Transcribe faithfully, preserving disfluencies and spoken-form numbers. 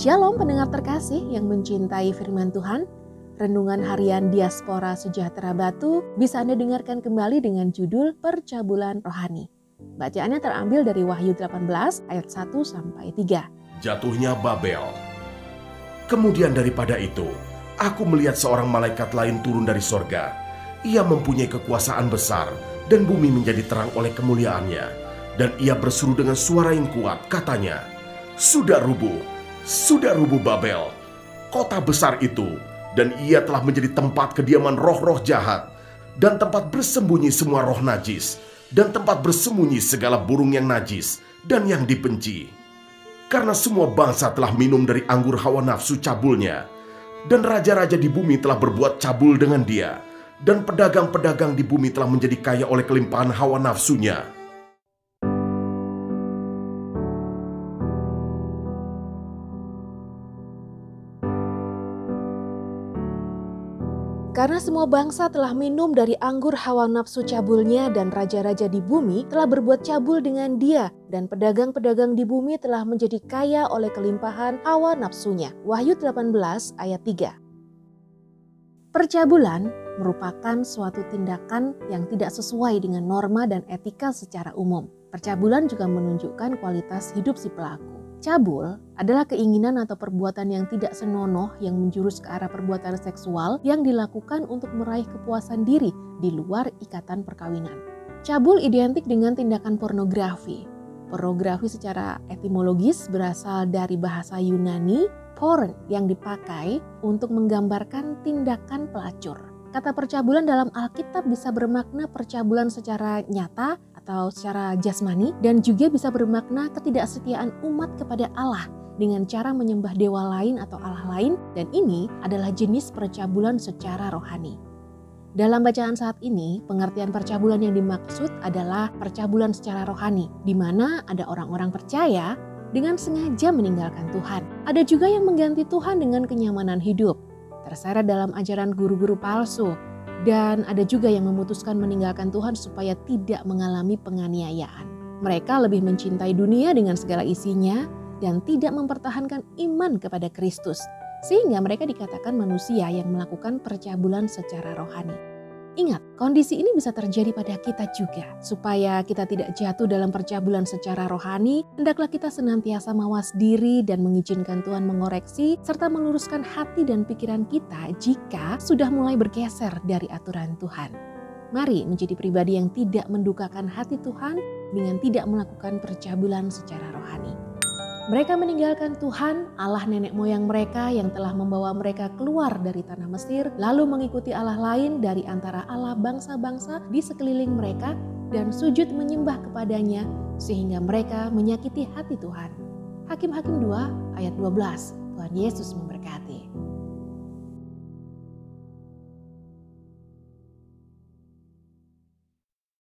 Shalom pendengar terkasih yang mencintai firman Tuhan. Renungan harian Diaspora Sejahtera Batu bisa Anda dengarkan kembali dengan judul Percabulan Rohani. Bacaannya terambil dari Wahyu delapan belas ayat satu sampai tiga. Jatuhnya Babel. Kemudian daripada itu, aku melihat seorang malaikat lain turun dari sorga. Ia mempunyai kekuasaan besar dan bumi menjadi terang oleh kemuliaannya. Dan ia berseru dengan suara yang kuat, katanya, "Sudah rubuh, sudah rubuh Babel, kota besar itu, dan ia telah menjadi tempat kediaman roh-roh jahat, dan tempat bersembunyi semua roh najis, dan tempat bersembunyi segala burung yang najis dan yang dibenci. Karena semua bangsa telah minum dari anggur hawa nafsu cabulnya, dan raja-raja di bumi telah berbuat cabul dengan dia, dan pedagang-pedagang di bumi telah menjadi kaya oleh kelimpahan hawa nafsunya." Karena semua bangsa telah minum dari anggur hawa nafsu cabulnya dan raja-raja di bumi telah berbuat cabul dengan dia dan pedagang-pedagang di bumi telah menjadi kaya oleh kelimpahan hawa nafsunya. Wahyu delapan belas ayat tiga. Percabulan merupakan suatu tindakan yang tidak sesuai dengan norma dan etika secara umum. Percabulan juga menunjukkan kualitas hidup si pelaku. Cabul adalah keinginan atau perbuatan yang tidak senonoh yang menjurus ke arah perbuatan seksual yang dilakukan untuk meraih kepuasan diri di luar ikatan perkawinan. Cabul identik dengan tindakan pornografi. Pornografi secara etimologis berasal dari bahasa Yunani porn yang dipakai untuk menggambarkan tindakan pelacur. Kata percabulan dalam Alkitab bisa bermakna percabulan secara nyata atau secara jasmani dan juga bisa bermakna ketidaksetiaan umat kepada Allah dengan cara menyembah dewa lain atau Allah lain, dan ini adalah jenis percabulan secara rohani. Dalam bacaan saat ini, pengertian percabulan yang dimaksud adalah percabulan secara rohani, di mana ada orang-orang percaya dengan sengaja meninggalkan Tuhan. Ada juga yang mengganti Tuhan dengan kenyamanan hidup, terseret dalam ajaran guru-guru palsu, dan ada juga yang memutuskan meninggalkan Tuhan supaya tidak mengalami penganiayaan. Mereka lebih mencintai dunia dengan segala isinya dan tidak mempertahankan iman kepada Kristus, sehingga mereka dikatakan manusia yang melakukan percabulan secara rohani. Ingat, kondisi ini bisa terjadi pada kita juga. Supaya kita tidak jatuh dalam percabulan secara rohani, hendaklah kita senantiasa mawas diri dan mengizinkan Tuhan mengoreksi serta meluruskan hati dan pikiran kita jika sudah mulai bergeser dari aturan Tuhan. Mari menjadi pribadi yang tidak mendukakan hati Tuhan dengan tidak melakukan percabulan secara rohani. Mereka meninggalkan Tuhan, Allah nenek moyang mereka yang telah membawa mereka keluar dari tanah Mesir, lalu mengikuti Allah lain dari antara Allah bangsa-bangsa di sekeliling mereka dan sujud menyembah kepadanya sehingga mereka menyakiti hati Tuhan. Hakim-Hakim dua ayat dua belas. Tuhan Yesus memberkati.